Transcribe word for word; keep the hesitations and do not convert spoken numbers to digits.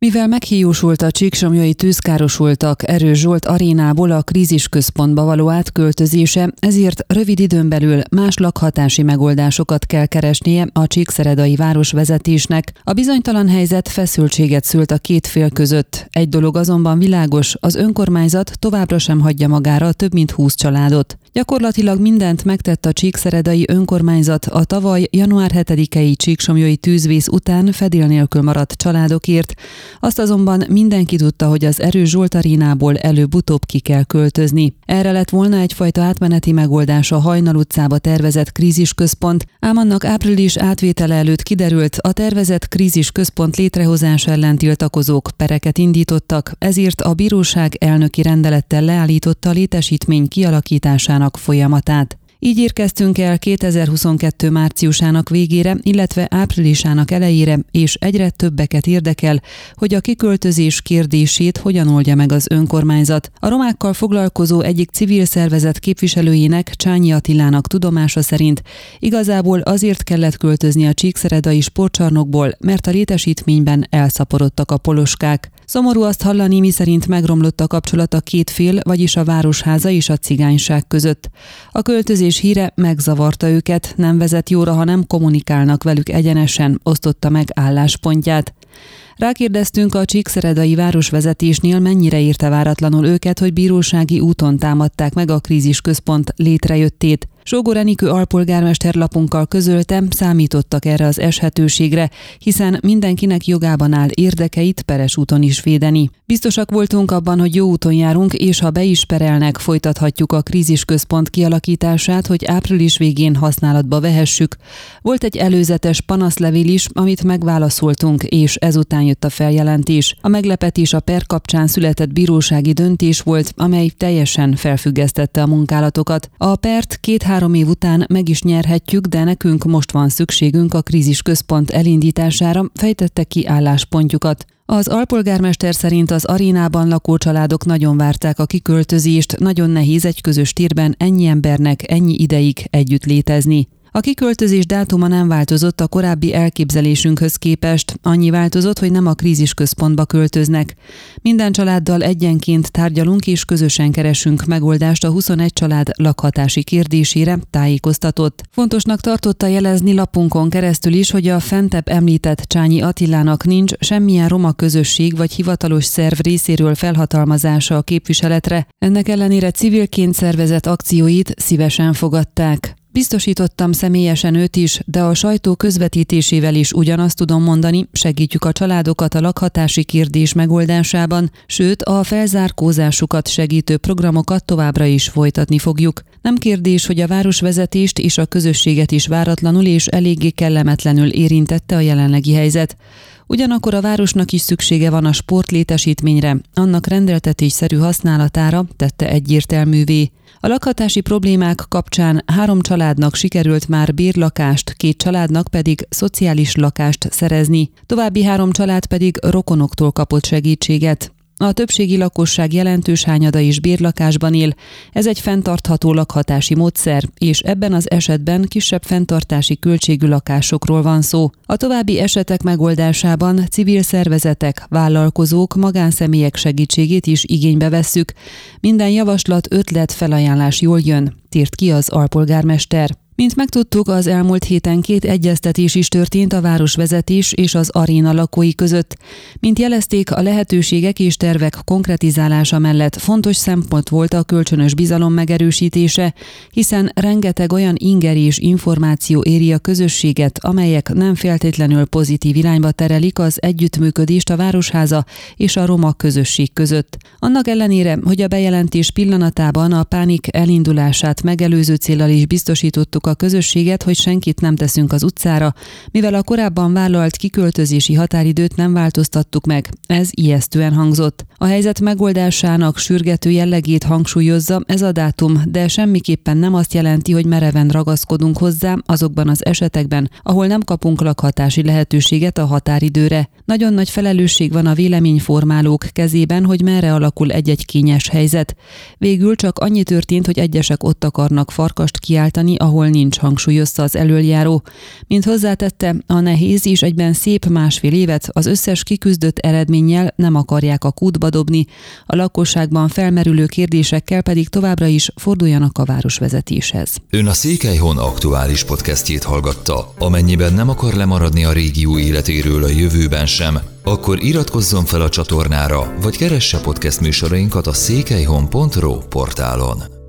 Mivel meghiúsult a csíksomlyai tűzkárosultak Erős Zsolt arénából a krízisközpontba való átköltözése, ezért rövid időn belül más lakhatási megoldásokat kell keresnie a csíkszeredai városvezetésnek. A bizonytalan helyzet feszültséget szült a két fél között. Egy dolog azonban világos, az önkormányzat továbbra sem hagyja magára több mint húsz családot. Gyakorlatilag mindent megtett a csíkszeredai önkormányzat a tavaly január hetedikei csíksomlyai tűzvész után fedél nélkül maradt családokért. Azt azonban mindenki tudta, hogy az Erős Zsolt arénából előbb-utóbb ki kell költözni. Erre lett volna egyfajta átmeneti megoldás a Hajnal utcába tervezett krízisközpont, ám annak április átvétele előtt kiderült, a tervezett krízisközpont létrehozása ellen tiltakozók pereket indítottak, ezért a bíróság elnöki rendelettel leállította a létesítmény kialakításának folyamatát. Így érkeztünk el kétezer-huszonkettő márciusának végére, illetve áprilisának elejére, és egyre többeket érdekel, hogy a kiköltözés kérdését hogyan oldja meg az önkormányzat. A romákkal foglalkozó egyik civil szervezet képviselőjének, Csányi Attilának tudomása szerint igazából azért kellett költözni a csíkszeredai sportcsarnokból, mert a létesítményben elszaporodtak a poloskák. Szomorú azt hallani, miszerint megromlott a kapcsolat a két fél, vagyis a városháza és a cigányság között. A költözés híre megzavarta őket, nem vezet jóra, ha nem kommunikálnak velük egyenesen, osztotta meg álláspontját. Rákérdeztünk a csíkszeredai városvezetésnél, mennyire érte váratlanul őket, hogy bírósági úton támadták meg a krízisközpont létrejöttét. Sógor Enikő alpolgármester lapunkkal közölte, számítottak erre az eshetőségre, hiszen mindenkinek jogában áll érdekeit peres úton is védeni. Biztosak voltunk abban, hogy jó úton járunk, és ha be is perelnek, folytathatjuk a krízisközpont kialakítását, hogy április végén használatba vehessük. Volt egy előzetes panaszlevél is, amit megválaszoltunk, és ezután jött a feljelentés. A meglepetés a per kapcsán született bírósági döntés volt, amely teljesen felfüggesztette a munkálatokat. A pert két Három év után meg is nyerhetjük, de nekünk most van szükségünk a krízisközpont elindítására, fejtette ki álláspontjukat. Az alpolgármester szerint az arénában lakó családok nagyon várták a kiköltözést, nagyon nehéz egy közös térben ennyi embernek ennyi ideig együtt létezni. A kiköltözés dátuma nem változott a korábbi elképzelésünkhöz képest, annyi változott, hogy nem a krízisközpontba költöznek. Minden családdal egyenként tárgyalunk és közösen keresünk megoldást a huszonegy család lakhatási kérdésére, tájékoztatott. Fontosnak tartotta jelezni lapunkon keresztül is, hogy a fentebb említett Csányi Attilának nincs semmilyen roma közösség vagy hivatalos szerv részéről felhatalmazása a képviseletre, ennek ellenére civilként szervezett akcióit szívesen fogadták. Biztosítottam személyesen őt is, de a sajtó közvetítésével is ugyanazt tudom mondani, segítjük a családokat a lakhatási kérdés megoldásában, sőt a felzárkózásukat segítő programokat továbbra is folytatni fogjuk. Nem kérdés, hogy a városvezetést és a közösséget is váratlanul és eléggé kellemetlenül érintette a jelenlegi helyzet. Ugyanakkor a városnak is szüksége van a sportlétesítményre, annak rendeltetésszerű használatára, tette egyértelművé. A lakhatási problémák kapcsán három családnak sikerült már bérlakást, két családnak pedig szociális lakást szerezni, további három család pedig rokonoktól kapott segítséget. A többségi lakosság jelentős hányada is bérlakásban él, ez egy fenntartható lakhatási módszer, és ebben az esetben kisebb fenntartási költségű lakásokról van szó. A további esetek megoldásában civil szervezetek, vállalkozók, magánszemélyek segítségét is igénybe vesszük. Minden javaslat, ötlet, felajánlás jól jön, tért ki az alpolgármester. Mint megtudtuk, az elmúlt héten két egyeztetés is történt a városvezetés és az aréna lakói között. Mint jelezték, a lehetőségek és tervek konkretizálása mellett fontos szempont volt a kölcsönös bizalom megerősítése, hiszen rengeteg olyan inger és információ éri a közösséget, amelyek nem feltétlenül pozitív irányba terelik az együttműködést a városháza és a roma közösség között. Annak ellenére, hogy a bejelentés pillanatában a pánik elindulását megelőző céllal is biztosítottuk a közösséget, hogy senkit nem teszünk az utcára, mivel a korábban vállalt kiköltözési határidőt nem változtattuk meg. Ez ijesztően hangzott. A helyzet megoldásának sürgető jellegét hangsúlyozza ez a dátum, de semmiképpen nem azt jelenti, hogy mereven ragaszkodunk hozzá azokban az esetekben, ahol nem kapunk lakhatási lehetőséget a határidőre. Nagyon nagy felelősség van a véleményformálók kezében, hogy merre alakul egy-egy kényes helyzet. Végül csak annyi történt, hogy egyesek ott akarnak farkast kiáltani, ahol nincs, hangsúlyozta az elöljáró. Mint hozzátette, a nehéz és egyben szép másfél évet az összes kiküzdött eredménnyel nem akarják a kútba dobni, a lakosságban felmerülő kérdésekkel pedig továbbra is forduljanak a városvezetéshez. Ön a Székelyhon aktuális podcastjét hallgatta. Amennyiben nem akar lemaradni a régió életéről a jövőben sem, akkor iratkozzon fel a csatornára, vagy keresse podcast műsorainkat a székelyhon pont ro portálon.